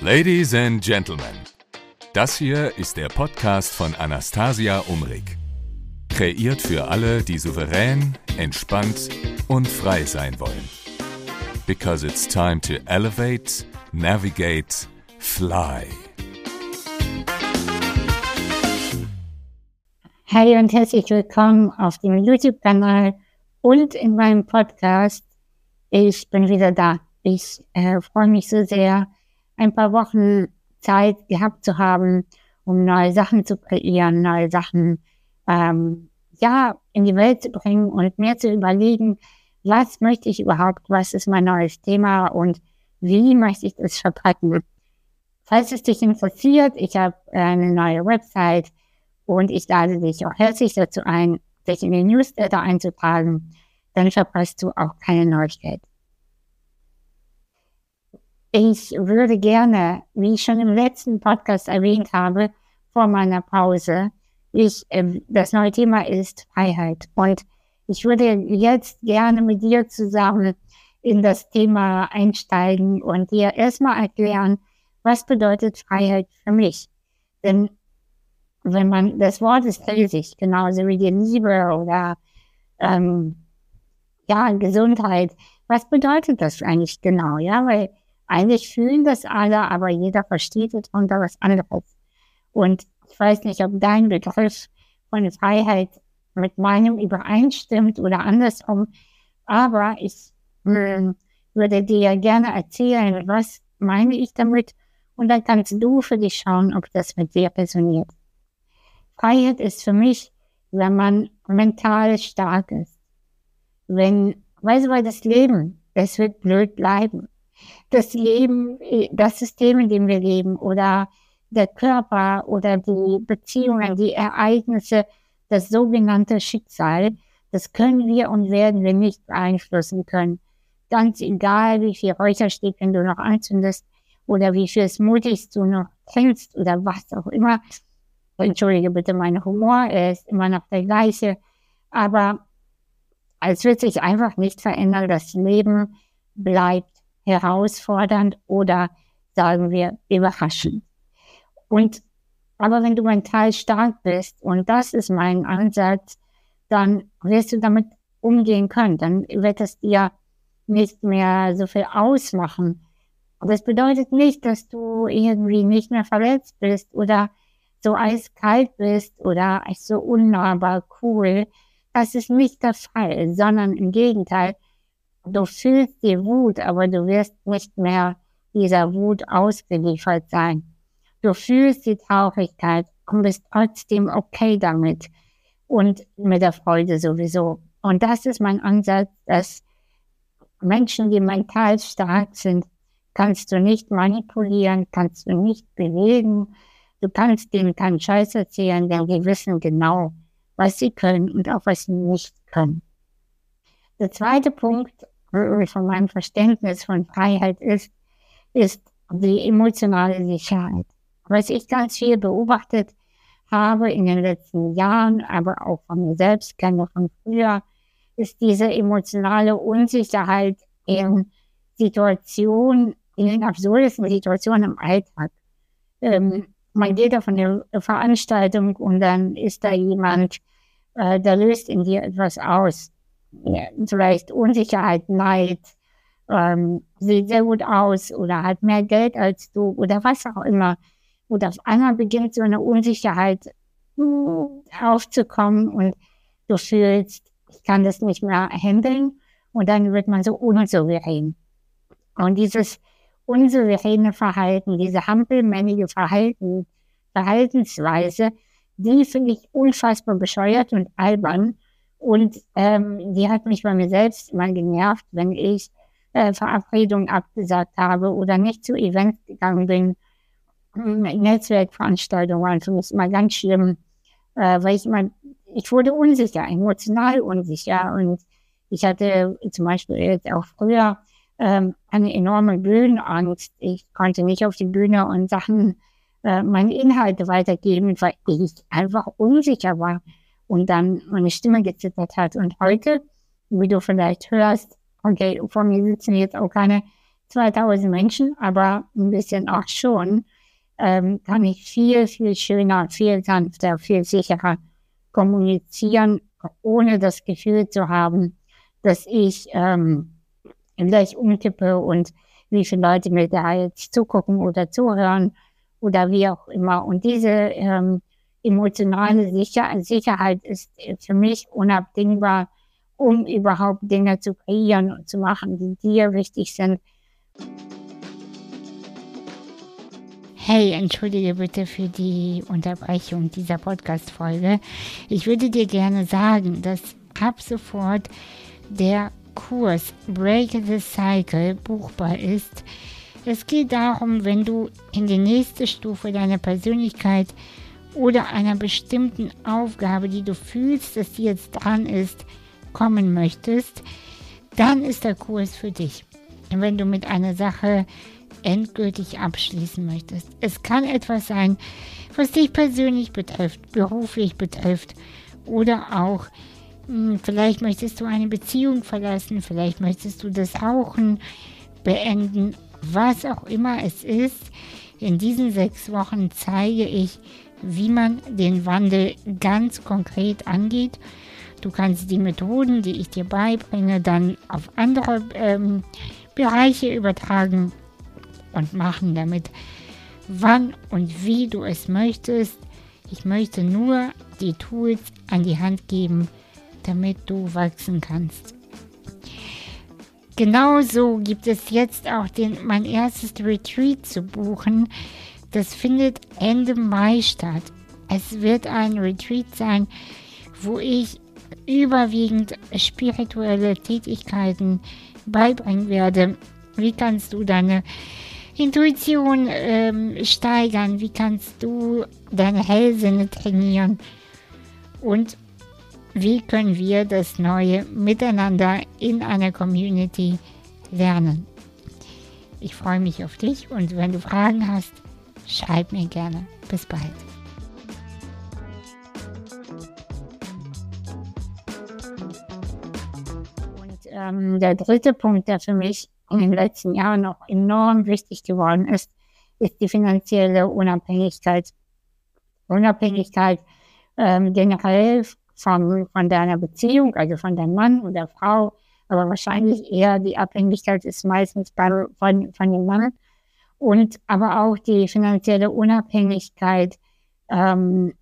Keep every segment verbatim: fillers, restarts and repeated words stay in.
Ladies and Gentlemen, das hier ist der Podcast von Anastasia Umrig. Kreiert für alle, die souverän, entspannt und frei sein wollen. Because it's time to elevate, navigate, fly. Hi und herzlich willkommen auf dem YouTube-Kanal und in meinem Podcast. Ich bin wieder da. Ich äh, freue mich so sehr, ein paar Wochen Zeit gehabt zu haben, um neue Sachen zu kreieren, neue Sachen ähm, ja, in die Welt zu bringen und mir zu überlegen, was möchte ich überhaupt, was ist mein neues Thema und wie möchte ich das verbreiten. Falls es dich interessiert, ich habe eine neue Website und ich lade dich auch herzlich dazu ein, dich in den Newsletter einzutragen, dann verpasst du auch keine Neuigkeit. Ich würde gerne, wie ich schon im letzten Podcast erwähnt habe, vor meiner Pause, ich, äh, das neue Thema ist Freiheit. Und ich würde jetzt gerne mit dir zusammen in das Thema einsteigen und dir erstmal erklären, was bedeutet Freiheit für mich. Denn wenn man, das Wort ist riesig, genauso wie die Liebe oder ähm, ja, Gesundheit. Was bedeutet das eigentlich genau? Ja, weil eigentlich fühlen das alle, aber jeder versteht darunter was anderes. Und ich weiß nicht, ob dein Begriff von Freiheit mit meinem übereinstimmt oder andersrum, aber ich mh, würde dir gerne erzählen, was meine ich damit, und dann kannst du für dich schauen, ob das mit dir resoniert. Freiheit ist für mich, wenn man mental stark ist. Wenn, weißt du, weil das Leben, es wird blöd bleiben. Das Leben, das System, in dem wir leben, oder der Körper oder die Beziehungen, die Ereignisse, das sogenannte Schicksal, das können wir und werden wir nicht beeinflussen können. Ganz egal, wie viel Räucherstäbchen du noch anzündest oder wie viel Smoothies du noch trinkst oder was auch immer. Entschuldige bitte, mein Humor, er ist immer noch der gleiche. Aber es wird sich einfach nicht verändern. Das Leben bleibt herausfordernd oder, sagen wir, überraschend. Und, aber wenn du mental stark bist, und das ist mein Ansatz, dann wirst du damit umgehen können. Dann wird es dir nicht mehr so viel ausmachen. Das bedeutet nicht, dass du irgendwie nicht mehr verletzt bist oder so eiskalt bist oder so unnahbar cool. Das ist nicht der Fall, sondern im Gegenteil, du fühlst die Wut, aber du wirst nicht mehr dieser Wut ausgeliefert sein. Du fühlst die Traurigkeit und bist trotzdem okay damit und mit der Freude sowieso. Und das ist mein Ansatz, dass Menschen, die mental stark sind, kannst du nicht manipulieren, kannst du nicht bewegen. Du kannst denen keinen Scheiß erzählen, denn die wissen genau, was sie können und auch was sie nicht können. Der zweite Punkt von meinem Verständnis von Freiheit ist, ist die emotionale Sicherheit. Was ich ganz viel beobachtet habe in den letzten Jahren, aber auch von mir selbst kenne von früher, ist diese emotionale Unsicherheit in Situationen, in den absurdesten Situationen im Alltag. Ähm, man geht auf eine Veranstaltung und dann ist da jemand, äh, der löst in dir etwas aus. Ja, vielleicht Unsicherheit, Neid, ähm, sieht sehr gut aus oder hat mehr Geld als du oder was auch immer. Und auf einmal beginnt so eine Unsicherheit mh, aufzukommen und du fühlst, ich kann das nicht mehr handeln, und dann wird man so unsouverän. Und dieses unsouveräne Verhalten, diese hampelmännige Verhalten, Verhaltensweise, die finde ich unfassbar bescheuert und albern. Und ähm, die hat mich bei mir selbst immer genervt, wenn ich äh, Verabredungen abgesagt habe oder nicht zu Events gegangen bin. Netzwerkveranstaltungen waren für mich immer ganz schlimm, äh, weil ich immer, ich wurde unsicher, emotional unsicher. Und ich hatte zum Beispiel jetzt auch früher ähm, eine enorme Bühnenangst. Ich konnte nicht auf die Bühne und Sachen, äh, meine Inhalte weitergeben, weil ich einfach unsicher war. Und dann meine Stimme gezittert hat. Und heute, wie du vielleicht hörst, okay, vor mir sitzen jetzt auch keine zweitausend Menschen, aber ein bisschen auch schon, ähm, kann ich viel, viel schöner, viel sanfter, viel sicherer kommunizieren, ohne das Gefühl zu haben, dass ich ähm, gleich umkippe und wie viele Leute mir da jetzt zugucken oder zuhören oder wie auch immer. Und diese ähm, emotionale Sicher- Sicherheit ist für mich unabdingbar, um überhaupt Dinge zu kreieren und zu machen, die dir wichtig sind. Hey, entschuldige bitte für die Unterbrechung dieser Podcast-Folge. Ich würde dir gerne sagen, dass ab sofort der Kurs Break the Cycle buchbar ist. Es geht darum, wenn du in die nächste Stufe deiner Persönlichkeit oder einer bestimmten Aufgabe, die du fühlst, dass die jetzt dran ist, kommen möchtest, dann ist der Kurs für dich. Wenn du mit einer Sache endgültig abschließen möchtest. Es kann etwas sein, was dich persönlich betrifft, beruflich betrifft oder auch mh, vielleicht möchtest du eine Beziehung verlassen, vielleicht möchtest du das Rauchen beenden, was auch immer es ist. In diesen sechs Wochen zeige ich, wie man den Wandel ganz konkret angeht. Du kannst die Methoden, die ich dir beibringe, dann auf andere ähm, Bereiche übertragen und machen damit, wann und wie du es möchtest. Ich möchte nur die Tools an die Hand geben, damit du wachsen kannst. Genauso gibt es jetzt auch den, mein erstes Retreat zu buchen. Das findet Ende Mai statt. Es wird ein Retreat sein, wo ich überwiegend spirituelle Tätigkeiten beibringen werde. Wie kannst du deine Intuition ähm, steigern? Wie kannst du deine Hellsinne trainieren? Und wie können wir das Neue miteinander in einer Community lernen? Ich freue mich auf dich und wenn du Fragen hast, schreib mir gerne. Bis bald. Und ähm, der dritte Punkt, der für mich in den letzten Jahren noch enorm wichtig geworden ist, ist die finanzielle Unabhängigkeit. Unabhängigkeit ähm, generell von, von deiner Beziehung, also von deinem Mann oder Frau, aber wahrscheinlich eher die Abhängigkeit ist meistens bei, von, von dem Mann. Und aber auch die finanzielle Unabhängigkeit ähm,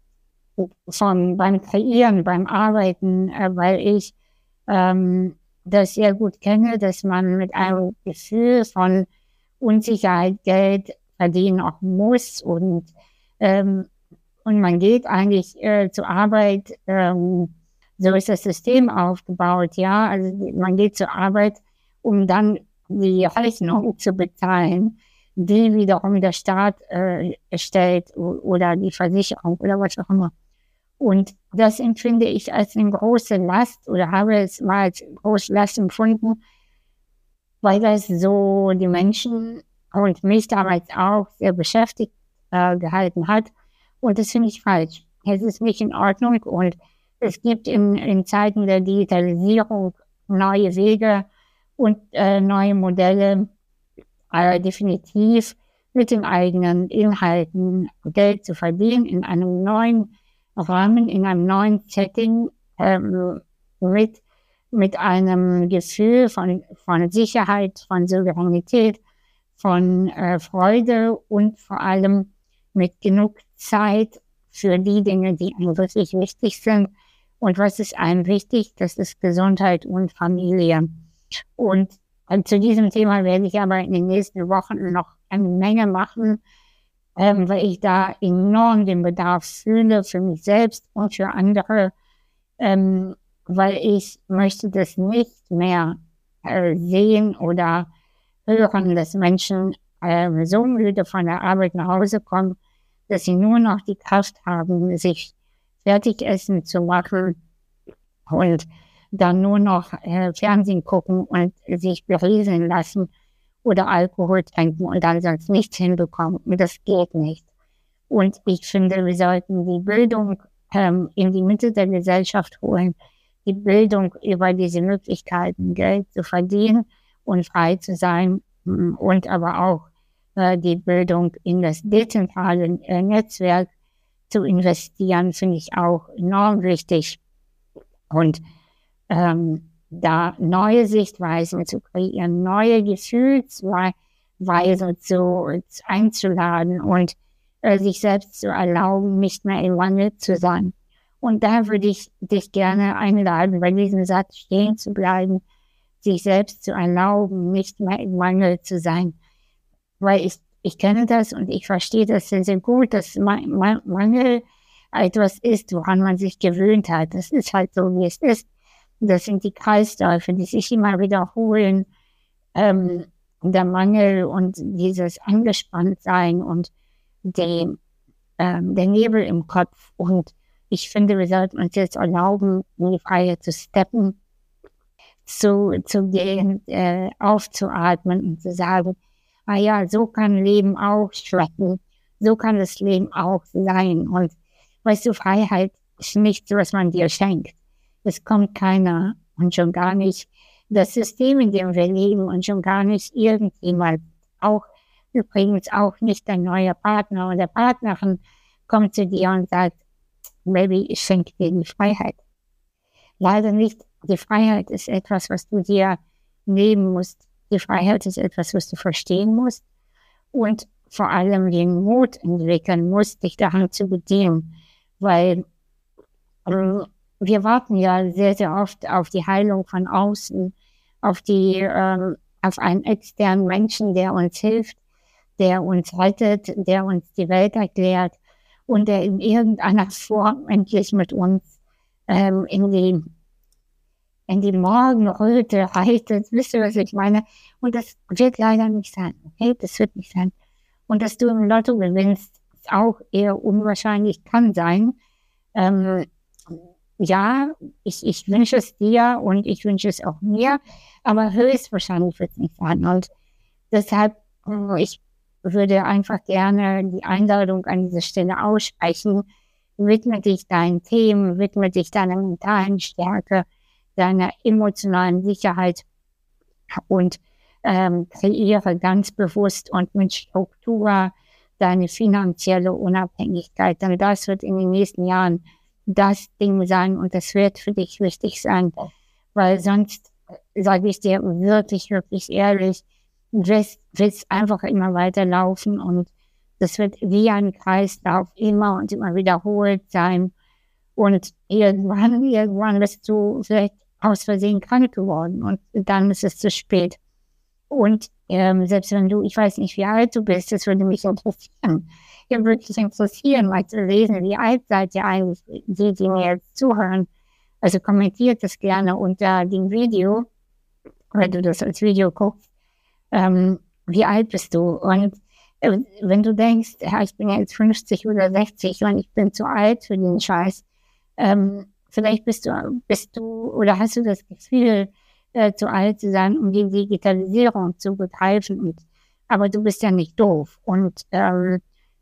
von, beim Kreieren, beim Arbeiten, äh, weil ich ähm, das sehr gut kenne, dass man mit einem Gefühl von Unsicherheit Geld verdienen auch muss und, ähm, und man geht eigentlich äh, zur Arbeit, ähm, so ist das System aufgebaut, ja, also man geht zur Arbeit, um dann die Rechnung zu bezahlen, die wiederum der Staat äh, stellt oder die Versicherung oder was auch immer. Und das empfinde ich als eine große Last oder habe es mal als große Last empfunden, weil das so die Menschen und mich damals auch sehr beschäftigt äh, gehalten hat. Und das finde ich falsch. Es ist nicht in Ordnung und es gibt in, in Zeiten der Digitalisierung neue Wege und äh, neue Modelle, äh, definitiv mit den eigenen Inhalten Geld zu verdienen in einem neuen Rahmen, in einem neuen Setting, ähm, mit, mit einem Gefühl von, von Sicherheit, von Souveränität, von äh, Freude und vor allem mit genug Zeit für die Dinge, die einem wirklich wichtig sind. Und was ist einem wichtig? Das ist Gesundheit und Familie. Und äh, zu diesem Thema werde ich aber in den nächsten Wochen noch eine Menge machen, Ähm, weil ich da enorm den Bedarf fühle für mich selbst und für andere, ähm, weil ich möchte das nicht mehr äh, sehen oder hören, dass Menschen äh, so müde von der Arbeit nach Hause kommen, dass sie nur noch die Kraft haben, sich Fertigessen zu machen und dann nur noch äh, Fernsehen gucken und sich berieseln lassen oder Alkohol trinken und dann sonst nichts hinbekommen. Das geht nicht. Und ich finde, wir sollten die Bildung ähm, in die Mitte der Gesellschaft holen, die Bildung über diese Möglichkeiten, Geld zu verdienen und frei zu sein und aber auch äh, die Bildung in das dezentrale äh, Netzwerk zu investieren, finde ich auch enorm wichtig. Und ähm, da neue Sichtweisen zu kreieren, neue Gefühlsweisen zu, einzuladen und äh, sich selbst zu erlauben, nicht mehr im Wandel zu sein. Und da würde ich dich gerne einladen, bei diesem Satz stehen zu bleiben, sich selbst zu erlauben, nicht mehr im Mangel zu sein. Weil ich, ich kenne das und ich verstehe das sehr, sehr gut, dass Mangel etwas ist, woran man sich gewöhnt hat. Das ist halt so, wie es ist. Das sind die Kreisläufe, die sich immer wiederholen. Ähm, der Mangel und dieses Angespanntsein und die, ähm, der Nebel im Kopf. Und ich finde, wir sollten uns jetzt erlauben, in die Freiheit zu steppen, zu, zu gehen, äh, aufzuatmen und zu sagen, ah ja, so kann Leben auch schrecken, so kann das Leben auch sein. Und weißt du, Freiheit ist nicht so, was man dir schenkt. Es kommt keiner und schon gar nicht das System, in dem wir leben und schon gar nicht irgendjemand. Auch übrigens auch nicht dein neuer Partner oder Partnerin kommt zu dir und sagt, Baby, ich schenke dir die Freiheit. Leider nicht. Die Freiheit ist etwas, was du dir nehmen musst. Die Freiheit ist etwas, was du verstehen musst und vor allem den Mut entwickeln musst, dich daran zu bedienen. Weil ähm, wir warten ja sehr, sehr oft auf die Heilung von außen, auf die, ähm, auf einen externen Menschen, der uns hilft, der uns rettet, der uns die Welt erklärt und der in irgendeiner Form endlich mit uns ähm, in die in die Morgenröte reitet. Wisst ihr, was ich meine? Und das wird leider nicht sein. Okay, das wird nicht sein. Und dass du im Lotto gewinnst, ist auch eher unwahrscheinlich, kann sein. Ähm, ja, ich, ich wünsche es dir und ich wünsche es auch mir, aber höchstwahrscheinlich wird es nicht sein. Und deshalb, ich würde einfach gerne die Einladung an dieser Stelle aussprechen. Widme dich deinen Themen, widme dich deiner mentalen Stärke, deiner emotionalen Sicherheit und ähm, kreiere ganz bewusst und mit Struktur deine finanzielle Unabhängigkeit. Denn das wird in den nächsten Jahren das Ding sein und das wird für dich wichtig sein, weil sonst, sage ich dir wirklich, wirklich ehrlich, wird es einfach immer weiterlaufen und das wird wie ein Kreislauf immer und immer wiederholt sein. Und irgendwann, irgendwann bist du vielleicht aus Versehen krank geworden und dann ist es zu spät. Und ähm, selbst wenn du, ich weiß nicht, wie alt du bist, das würde mich interessieren. Ich würde mich interessieren, mal zu lesen, wie alt seid ihr eigentlich, die, die mir jetzt zuhören. Also kommentiert das gerne unter dem Video, wenn du das als Video guckst. Ähm, wie alt bist du? Und äh, wenn du denkst, ja, ich bin jetzt fünfzig oder sechzig und ich bin zu alt für den Scheiß, ähm, vielleicht bist du, bist du oder hast du das Gefühl, äh, zu alt zu sein, um die Digitalisierung zu begreifen. Und, aber du bist ja nicht doof. Und, ähm,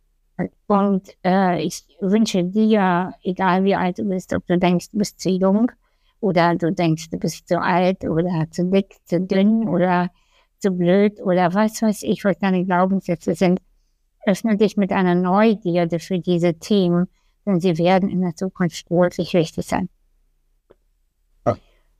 und äh, ich wünsche dir, egal wie alt du bist, ob du denkst, du bist zu jung oder du denkst, du bist zu alt oder zu dick, zu dünn oder zu blöd oder was weiß ich, was deine Glaubenssätze sind, öffne dich mit einer Neugierde für diese Themen, denn sie werden in der Zukunft wirklich wichtig sein. Ja.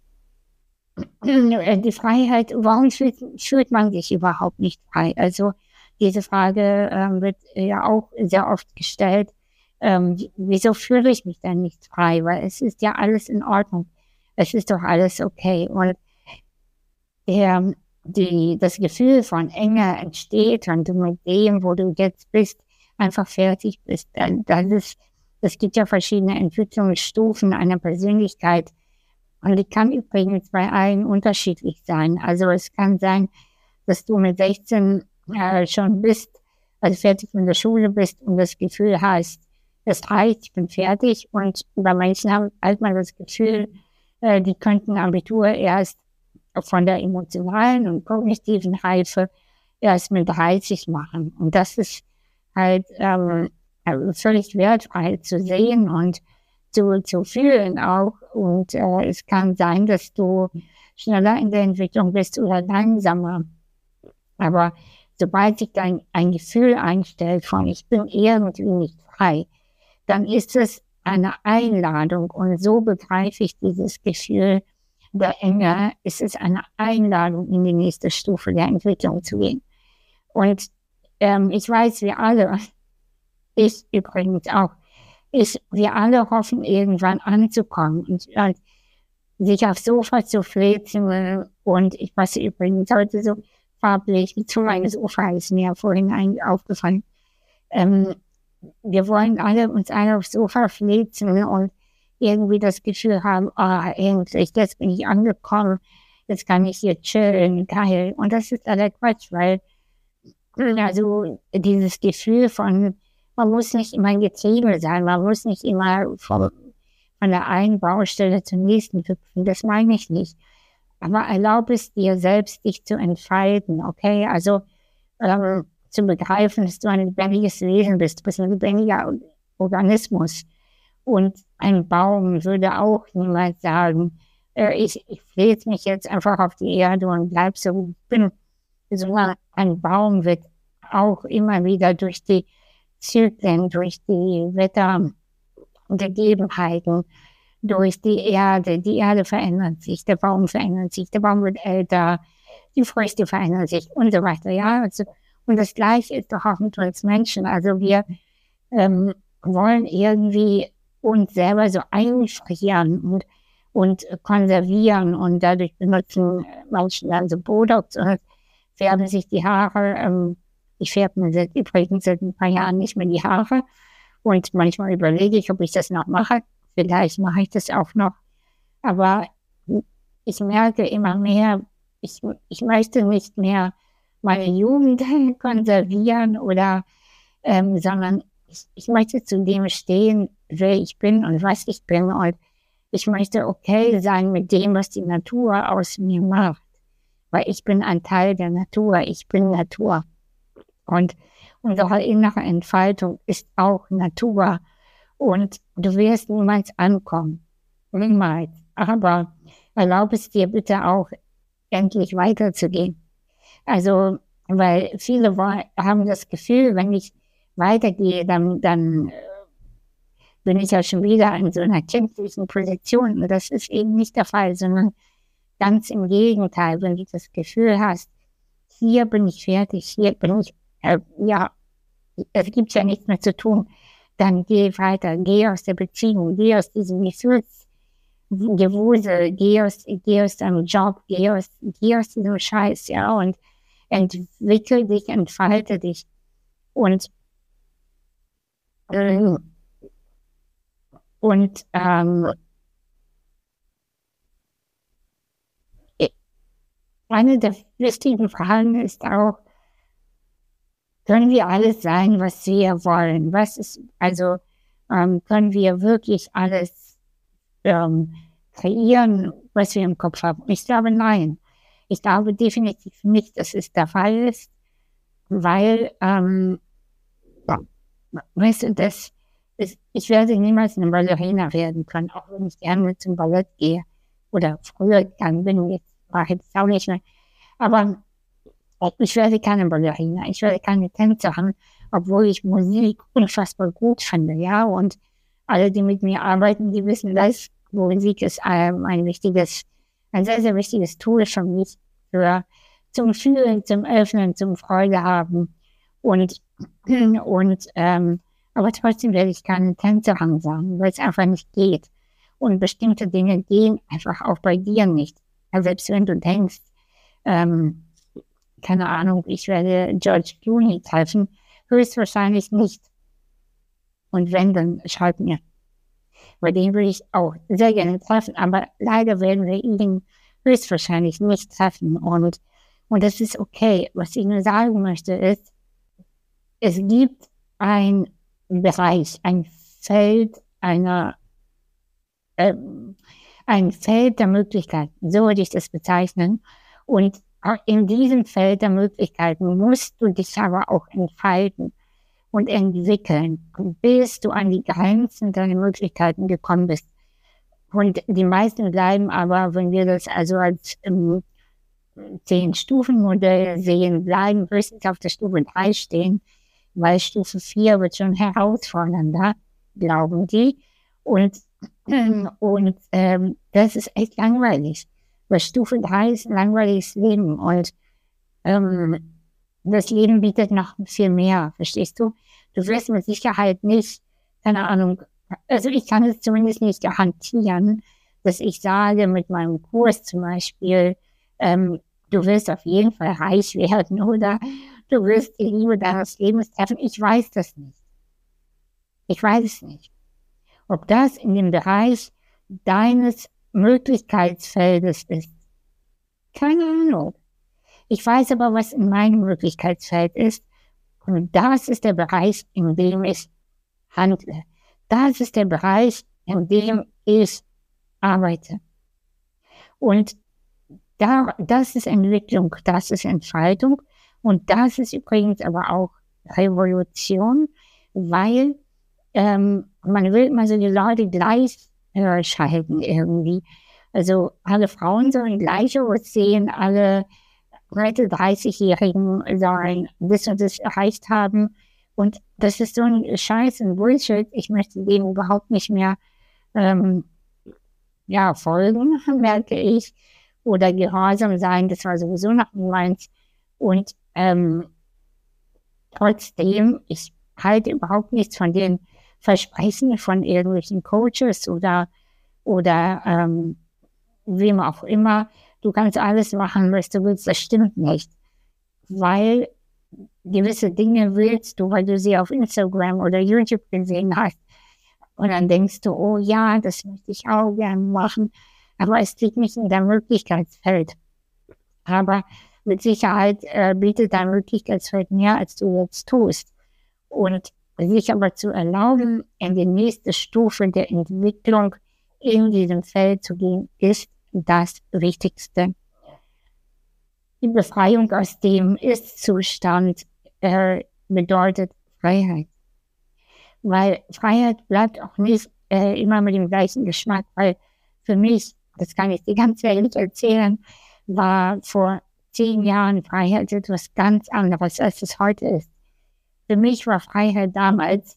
Die Freiheit, warum fühlt, fühlt man sich überhaupt nicht frei? Also diese Frage ähm, wird ja auch sehr oft gestellt. Ähm, wieso fühle ich mich denn nicht frei? Weil es ist ja alles in Ordnung. Es ist doch alles okay. Und der, die, das Gefühl von Enge entsteht, wenn du mit dem, wo du jetzt bist, einfach fertig bist. Das ist Es gibt ja verschiedene Entwicklungsstufen einer Persönlichkeit und die kann übrigens bei allen unterschiedlich sein. Also es kann sein, dass du mit sechzehn äh, schon bist, also fertig in der Schule bist und das Gefühl hast, es reicht, ich bin fertig. Und bei manchen hat man das Gefühl, äh, die könnten Abitur erst von der emotionalen und kognitiven Reife erst mit dreißig machen. Und das ist halt ähm, völlig wertfrei zu sehen und zu, zu fühlen auch. Und äh, es kann sein, dass du schneller in der Entwicklung bist oder langsamer. Aber sobald sich dann ein Gefühl einstellt von, ich bin irgendwie nicht frei, dann ist es eine Einladung. Und so begreife ich dieses Gefühl der Enge. Es ist eine Einladung, in die nächste Stufe der Entwicklung zu gehen. Und ähm, ich weiß, wir alle, ich übrigens auch, ich, wir alle hoffen, irgendwann anzukommen und äh, sich aufs Sofa zu flitzen. Und ich passe übrigens heute so farblich zu meinem Sofa, ist mir vorhin eigentlich aufgefallen. Ähm, wir wollen alle uns alle aufs Sofa flitzen und irgendwie das Gefühl haben, oh, endlich, jetzt bin ich angekommen, jetzt kann ich hier chillen, geil. Und das ist aller Quatsch, weil also dieses Gefühl von, man muss nicht immer getrieben sein, man muss nicht immer von, von der einen Baustelle zur nächsten hüpfen, das meine ich nicht. Aber erlaube es dir selbst, dich zu entfalten, okay? Also ähm, zu begreifen, dass du ein lebendiges Wesen bist, du bist ein lebendiger Organismus. Und ein Baum würde auch niemals sagen, äh, ich, ich fliege mich jetzt einfach auf die Erde und bleib so, wie ich bin. Sondern ein Baum wird auch immer wieder durch die Zyklen, durch die Wettergegebenheiten, durch die Erde, die Erde verändert sich, der Baum verändert sich, der Baum wird älter, die Früchte verändern sich und so weiter. Ja, also, und das Gleiche ist doch auch mit uns Menschen. Also wir ähm, wollen irgendwie uns selber so einfrieren und, und konservieren und dadurch benutzen Menschen dann so Botox und färben sich die Haare. Ähm, ich färbe mir seit, übrigens seit ein paar Jahren nicht mehr die Haare und manchmal überlege ich, ob ich das noch mache. Vielleicht mache ich das auch noch. Aber ich merke immer mehr, ich, ich möchte nicht mehr meine Jugend konservieren oder, ähm, sondern ich, ich möchte zu dem stehen, wer ich bin und was ich bin. Und ich möchte okay sein mit dem, was die Natur aus mir macht. Weil ich bin ein Teil der Natur, ich bin Natur. Und unsere innere Entfaltung ist auch Natur. Und du wirst niemals ankommen. Niemals. Aber erlaube es dir bitte auch, endlich weiterzugehen. Also, weil viele haben das Gefühl, wenn ich weitergehe, dann, dann bin ich ja schon wieder in so einer kindlichen Position. Und das ist eben nicht der Fall, sondern ganz im Gegenteil, wenn du das Gefühl hast, hier bin ich fertig, hier bin ich, äh, ja, es gibt ja nichts mehr zu tun, dann geh weiter, geh aus der Beziehung, geh aus diesem Gefühlsgewusel, geh aus, geh aus deinem Job, geh aus, geh aus diesem Scheiß, ja, und entwickel dich, entfalte dich. Und, äh, und, ähm, eine der wichtigen Fragen ist auch, können wir alles sein, was wir wollen? Was ist, also ähm, können wir wirklich alles ähm, kreieren, was wir im Kopf haben? Ich glaube, nein. Ich glaube definitiv nicht, dass es der Fall ist, weil, ähm, weißt du, das ist, ich werde niemals eine Ballerina werden können, auch wenn ich gerne zum Ballett gehe oder früher gegangen bin, jetzt war jetzt auch nicht mehr. Aber ich werde keine Ballerina, ich werde keine Tänzerin, obwohl ich Musik unfassbar gut finde, ja, und alle, die mit mir arbeiten, die wissen, dass Musik ist ähm, ein wichtiges, ein sehr, sehr wichtiges Tool für mich, für, zum Fühlen, zum Öffnen, zum Freude haben und, und ähm, aber trotzdem werde ich keine Tänzerin sein, weil es einfach nicht geht und bestimmte Dinge gehen einfach auch bei dir nicht, also selbst wenn du denkst, ähm, keine Ahnung, ich werde George Clooney treffen, höchstwahrscheinlich nicht. Und wenn, dann schreib mir. Bei dem würde ich auch sehr gerne treffen, aber leider werden wir ihn höchstwahrscheinlich nicht treffen. Und, und das ist okay. Was ich nur sagen möchte ist, es gibt ein Bereich, ein Feld einer, ähm, ein Feld der Möglichkeiten, so würde ich das bezeichnen. Und in diesem Feld der Möglichkeiten musst du dich aber auch entfalten und entwickeln, bis du an die Grenzen deiner Möglichkeiten gekommen bist. Und die meisten bleiben aber, wenn wir das also als ähm, Zehn-Stufen-Modell sehen, bleiben höchstens auf der Stufe drei stehen, weil Stufe vier wird schon herausfordernder, glauben die. Und, und ähm, das ist echt langweilig, weil Stufe drei ist ein langweiliges Leben und ähm, das Leben bietet noch viel mehr, verstehst du? Du wirst mit Sicherheit nicht, keine Ahnung, also ich kann es zumindest nicht garantieren, dass ich sage mit meinem Kurs zum Beispiel, ähm, du wirst auf jeden Fall reich werden oder du wirst die Liebe deines Lebens treffen. Ich weiß das nicht. Ich weiß es nicht. Ob das in dem Bereich deines Möglichkeitsfeldes ist. Keine Ahnung. Ich weiß aber, was in meinem Möglichkeitsfeld ist. Und das ist der Bereich, in dem ich handle. Das ist der Bereich, in dem ich arbeite. Und da, das ist Entwicklung, das ist Entfaltung. Und das ist übrigens aber auch Revolution, weil ähm, man will immer so die Leute gleich äh, schalten irgendwie. Also alle Frauen sollen gleich aussehen, alle dreißigjährigen sollen das und das erreicht haben. Und das ist so ein Scheiß und Bullshit. Ich möchte dem überhaupt nicht mehr ähm, ja, folgen, merke ich. Oder gehorsam sein, das war sowieso noch nie meins. Und ähm, trotzdem, ich halte überhaupt nichts von den Versprechen von irgendwelchen Coaches oder, oder ähm, wem auch immer. Du kannst alles machen, was du willst, das stimmt nicht. Weil gewisse Dinge willst du, weil du sie auf Instagram oder YouTube gesehen hast. Und dann denkst du, oh ja, das möchte ich auch gerne machen. Aber es liegt nicht in deinem Möglichkeitsfeld. Aber mit Sicherheit äh, bietet dein Möglichkeitsfeld mehr, als du jetzt tust. Und sich aber zu erlauben, in die nächste Stufe der Entwicklung in diesem Feld zu gehen, ist das Wichtigste. Die Befreiung aus dem Ist-Zustand äh, bedeutet Freiheit. Weil Freiheit bleibt auch nicht äh, immer mit dem gleichen Geschmack, weil für mich, das kann ich dir ganz ehrlich erzählen, war vor zehn Jahren Freiheit etwas ganz anderes, als es heute ist. Für mich war Freiheit damals,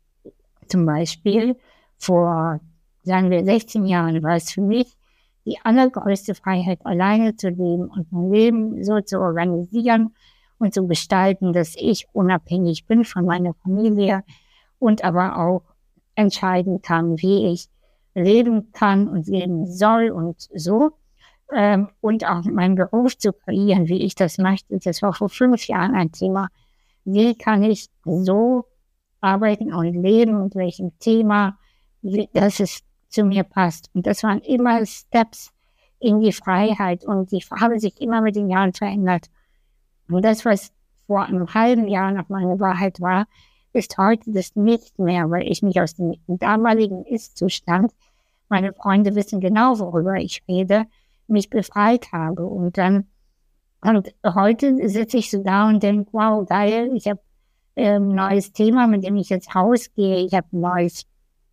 zum Beispiel vor, sagen wir, sechzehn Jahren, war es für mich die allergrößte Freiheit, alleine zu leben und mein Leben so zu organisieren und zu gestalten, dass ich unabhängig bin von meiner Familie und aber auch entscheiden kann, wie ich leben kann und leben soll und so. Ähm, und auch meinen Beruf zu kreieren, wie ich das möchte. Das war vor fünf Jahren ein Thema. Wie kann ich so arbeiten und leben und welchem Thema, wie, dass es zu mir passt. Und das waren immer Steps in die Freiheit und die haben sich immer mit den Jahren verändert. Und das, was vor einem halben Jahr noch meine Wahrheit war, ist heute das nicht mehr, weil ich mich aus dem damaligen Ist-Zustand, meine Freunde wissen genau, worüber ich rede, mich befreit habe. Und dann, und heute sitze ich so da und denke, wow, geil, ich habe ein ähm, neues Thema, mit dem ich jetzt rausgehe, ich habe ein neues,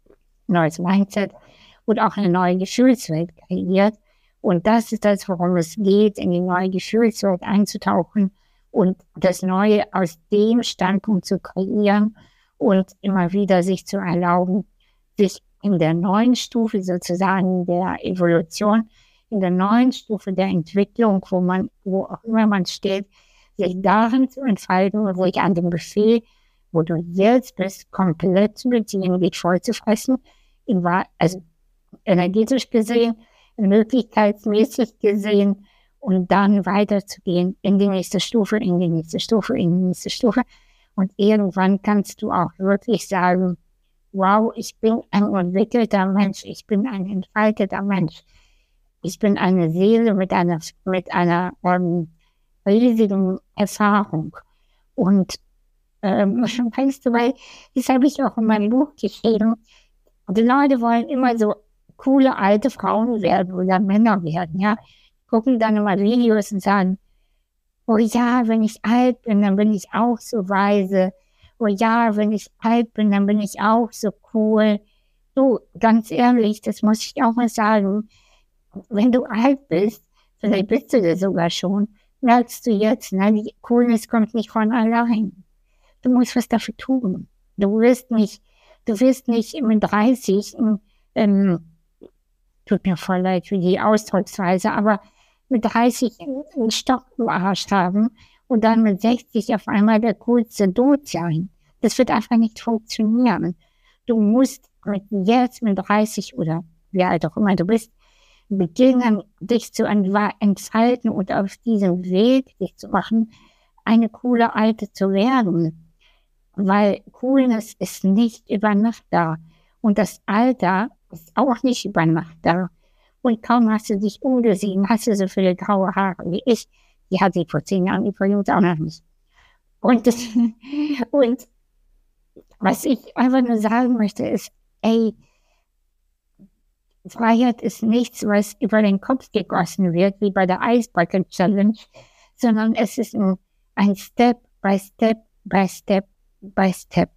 neues Mindset und auch eine neue Gefühlswelt kreiert. Und das ist das, worum es geht, in die neue Gefühlswelt einzutauchen und das Neue aus dem Standpunkt zu kreieren und immer wieder sich zu erlauben, sich in der neuen Stufe sozusagen der Evolution, in der neuen Stufe der Entwicklung, wo man, wo auch immer man steht, sich darin zu entfalten und sich an dem Befehl, wo du jetzt bist, komplett zu beziehen, dich voll zu fressen, in, also energetisch gesehen, möglichkeitsmäßig gesehen, und dann weiterzugehen in die nächste Stufe, in die nächste Stufe, in die nächste Stufe. Und irgendwann kannst du auch wirklich sagen, wow, ich bin ein entwickelter Mensch, ich bin ein entfalteter Mensch. Ich bin eine Seele mit einer, mit einer ähm, riesigen Erfahrung. Und ähm, weißt du, weil das habe ich auch in meinem Buch geschrieben, die Leute wollen immer so coole alte Frauen werden oder Männer werden, ja. Gucken dann immer Videos und sagen, oh ja, wenn ich alt bin, dann bin ich auch so weise. Oh ja, wenn ich alt bin, dann bin ich auch so cool. Du, ganz ehrlich, das muss ich auch mal sagen, wenn du alt bist, vielleicht bist du das sogar schon, merkst du jetzt, ne, die Coolness kommt nicht von allein. Du musst was dafür tun. Du wirst nicht, du wirst nicht mit dreißig, ähm, tut mir voll leid für die Ausdrucksweise, aber mit dreißig einen Stock im Arsch haben und dann mit sechzig auf einmal der coolste Dude sein. Das wird einfach nicht funktionieren. Du musst mit jetzt mit dreißig oder wie alt auch immer du bist, beginnen, dich zu entfalten und auf diesem Weg dich zu machen, eine coole Alte zu werden. Weil Coolness ist nicht über Nacht da. Und das Alter ist auch nicht über Nacht da. Und kaum hast du dich umgesehen, hast du so viele graue Haare wie ich. Die hatte ich vor zehn Jahren übrigens auch noch nicht. Und, das, und was ich einfach nur sagen möchte, ist, ey, Freiheit ist nichts, was über den Kopf gegossen wird, wie bei der Ice Bucket Challenge, sondern es ist ein, ein Step by Step by Step by Step.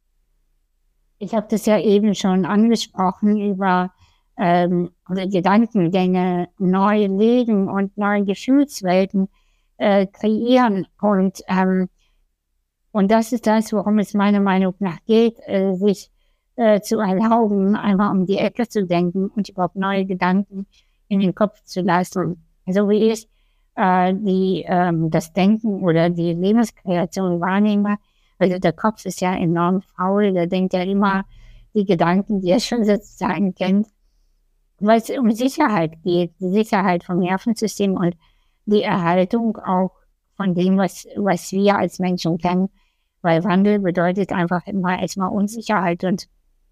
Ich habe das ja eben schon angesprochen über ähm, die Gedankengänge, neue Leben und neue Gefühlswelten äh, kreieren. Und, ähm, und das ist das, worum es meiner Meinung nach geht, äh, sich äh, zu erlauben, einmal um die Ecke zu denken und überhaupt neue Gedanken in den Kopf zu lassen. So wie ich äh, die, ähm, das Denken oder die Lebenskreation wahrnehme. Also der Kopf ist ja enorm faul, der denkt ja immer die Gedanken, die er schon sozusagen kennt, weil es um Sicherheit geht, die Sicherheit vom Nervensystem und die Erhaltung auch von dem, was, was wir als Menschen kennen, weil Wandel bedeutet einfach immer erstmal Unsicherheit und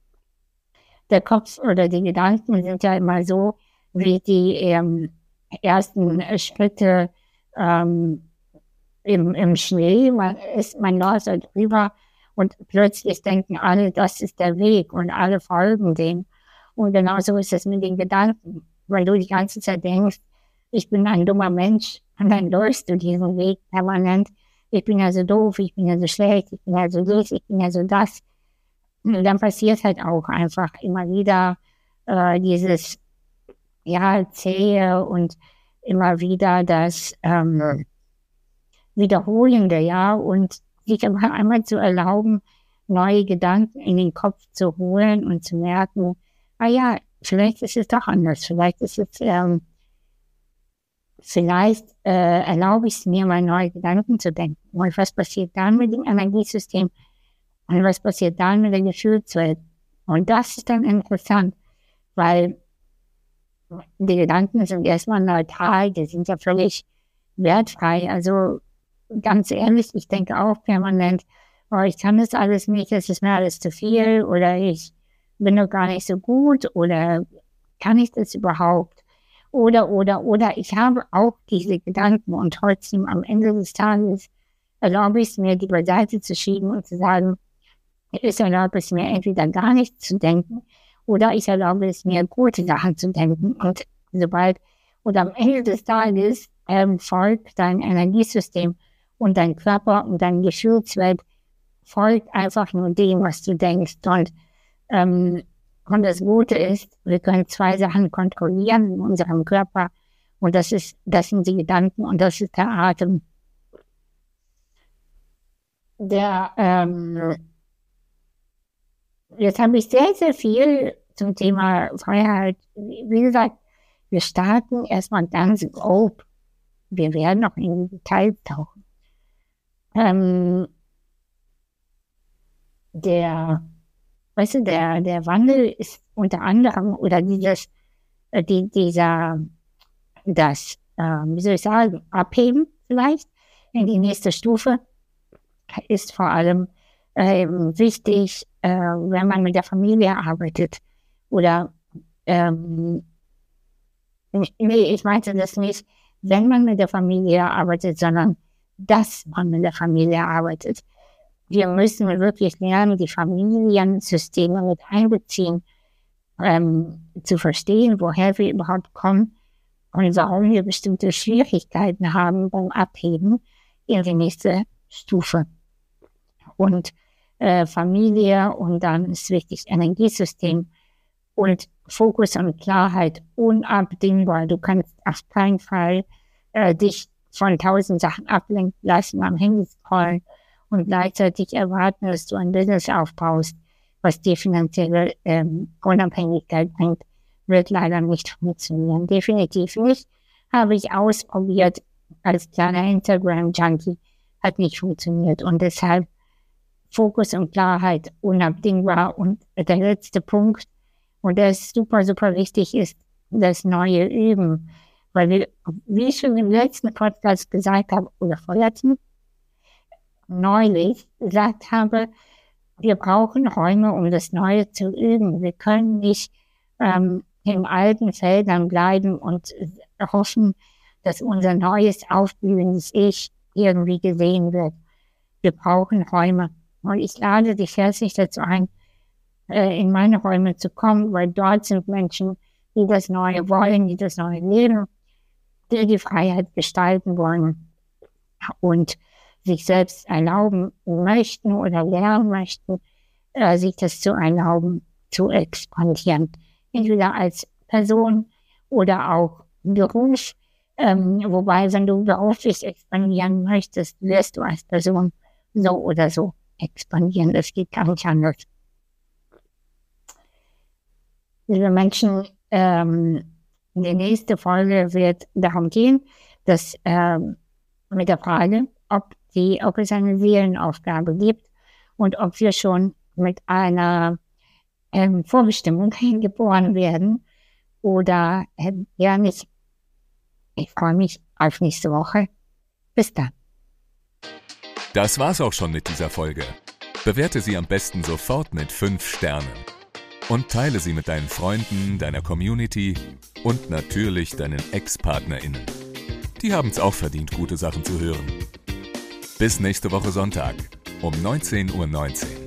der Kopf oder die Gedanken sind ja immer so, wie die ähm, ersten Schritte ähm, Im, im Schnee, man ist, man läuft da drüber und plötzlich denken alle, das ist der Weg und alle folgen dem. Und genauso ist es mit den Gedanken, weil du die ganze Zeit denkst, ich bin ein dummer Mensch und dann läufst du diesen Weg permanent. Ich bin ja so doof, ich bin ja so schlecht, ich bin ja so dies, ich bin ja so das. Und dann passiert halt auch einfach immer wieder äh, dieses, ja, zähe und immer wieder das, ähm, Wiederholende, ja, und sich aber einmal zu erlauben, neue Gedanken in den Kopf zu holen und zu merken, ah ja, vielleicht ist es doch anders, vielleicht ist es, ähm, vielleicht äh, erlaube ich es mir, mal neue Gedanken zu denken. Und was passiert dann mit dem Energiesystem? Und was passiert dann mit der Gefühlswelt? Und das ist dann interessant, weil die Gedanken sind erstmal neutral, die sind ja völlig wertfrei, also ganz ehrlich, ich denke auch permanent, oh, ich kann das alles nicht, es ist mir alles zu viel oder ich bin doch gar nicht so gut oder kann ich das überhaupt? Oder, oder, oder ich habe auch diese Gedanken und trotzdem am Ende des Tages erlaube ich es mir, die beiseite zu schieben und zu sagen, ich erlaube es mir entweder gar nicht zu denken oder ich erlaube es mir, gute Sachen zu denken. Und sobald, und am Ende des Tages ähm, folgt dein Energiesystem und dein Körper und deine Gefühlswelt folgt einfach nur dem, was du denkst. Und, ähm, und das Gute ist, wir können zwei Sachen kontrollieren in unserem Körper. Und das ist, das sind die Gedanken und das ist der Atem. Der, ähm, jetzt habe ich sehr, sehr viel zum Thema Freiheit. Wie gesagt, wir starten erstmal ganz grob. Wir werden noch in die Details tauchen. Ähm, der, weißt du, der, der Wandel ist unter anderem, oder dieses, äh, die, dieser, das, äh, wie soll ich sagen, Abheben vielleicht in die nächste Stufe ist vor allem äh, wichtig, äh, wenn man mit der Familie arbeitet. Oder, ähm, nee, ich meinte das nicht, wenn man mit der Familie arbeitet, sondern dass man mit der Familie arbeitet. Wir müssen wirklich lernen, die Familiensysteme mit einbeziehen, ähm, zu verstehen, woher wir überhaupt kommen und warum wir bestimmte Schwierigkeiten haben beim Abheben in die nächste Stufe. Und äh, Familie und dann ist wichtig Energiesystem und Fokus und Klarheit unabdingbar. Du kannst auf keinen Fall äh, dich von tausend Sachen ablenken lassen, am Handy scrollen und gleichzeitig erwarten, dass du ein Business aufbaust, was dir finanzielle ähm, Unabhängigkeit bringt, wird leider nicht funktionieren. Definitiv nicht. Habe ich ausprobiert als kleiner Instagram-Junkie, hat nicht funktioniert. Und deshalb Fokus und Klarheit unabdingbar. Und der letzte Punkt, und der ist super, super wichtig, ist das neue Üben. Weil wir, wie ich schon im letzten Podcast gesagt habe, oder vorletzten, neulich gesagt habe, wir brauchen Räume, um das Neue zu üben. Wir können nicht ähm, in alten Feldern bleiben und hoffen, dass unser neues, aufblühendes Ich irgendwie gesehen wird. Wir brauchen Räume. Und ich lade dich herzlich dazu ein, äh, in meine Räume zu kommen, weil dort sind Menschen, die das Neue wollen, die das Neue leben, die die Freiheit gestalten wollen und sich selbst erlauben möchten oder lernen möchten, äh, sich das zu erlauben, zu expandieren. Entweder als Person oder auch Beruf. Ähm, wobei, wenn du beruflich expandieren möchtest, wirst du als Person so oder so expandieren. Das geht gar nicht anders. Liebe Menschen, ähm, die nächste Folge wird darum gehen, dass ähm, mit der Frage, ob, die, ob es eine Seelenaufgabe gibt und ob wir schon mit einer ähm, Vorbestimmung geboren werden oder äh, ja nicht. Ich freue mich auf nächste Woche. Bis dann. Das war's auch schon mit dieser Folge. Bewerte sie am besten sofort mit fünf Sternen. Und teile sie mit deinen Freunden, deiner Community und natürlich deinen Ex-PartnerInnen. Die haben's auch verdient, gute Sachen zu hören. Bis nächste Woche Sonntag um neunzehn Uhr neunzehn.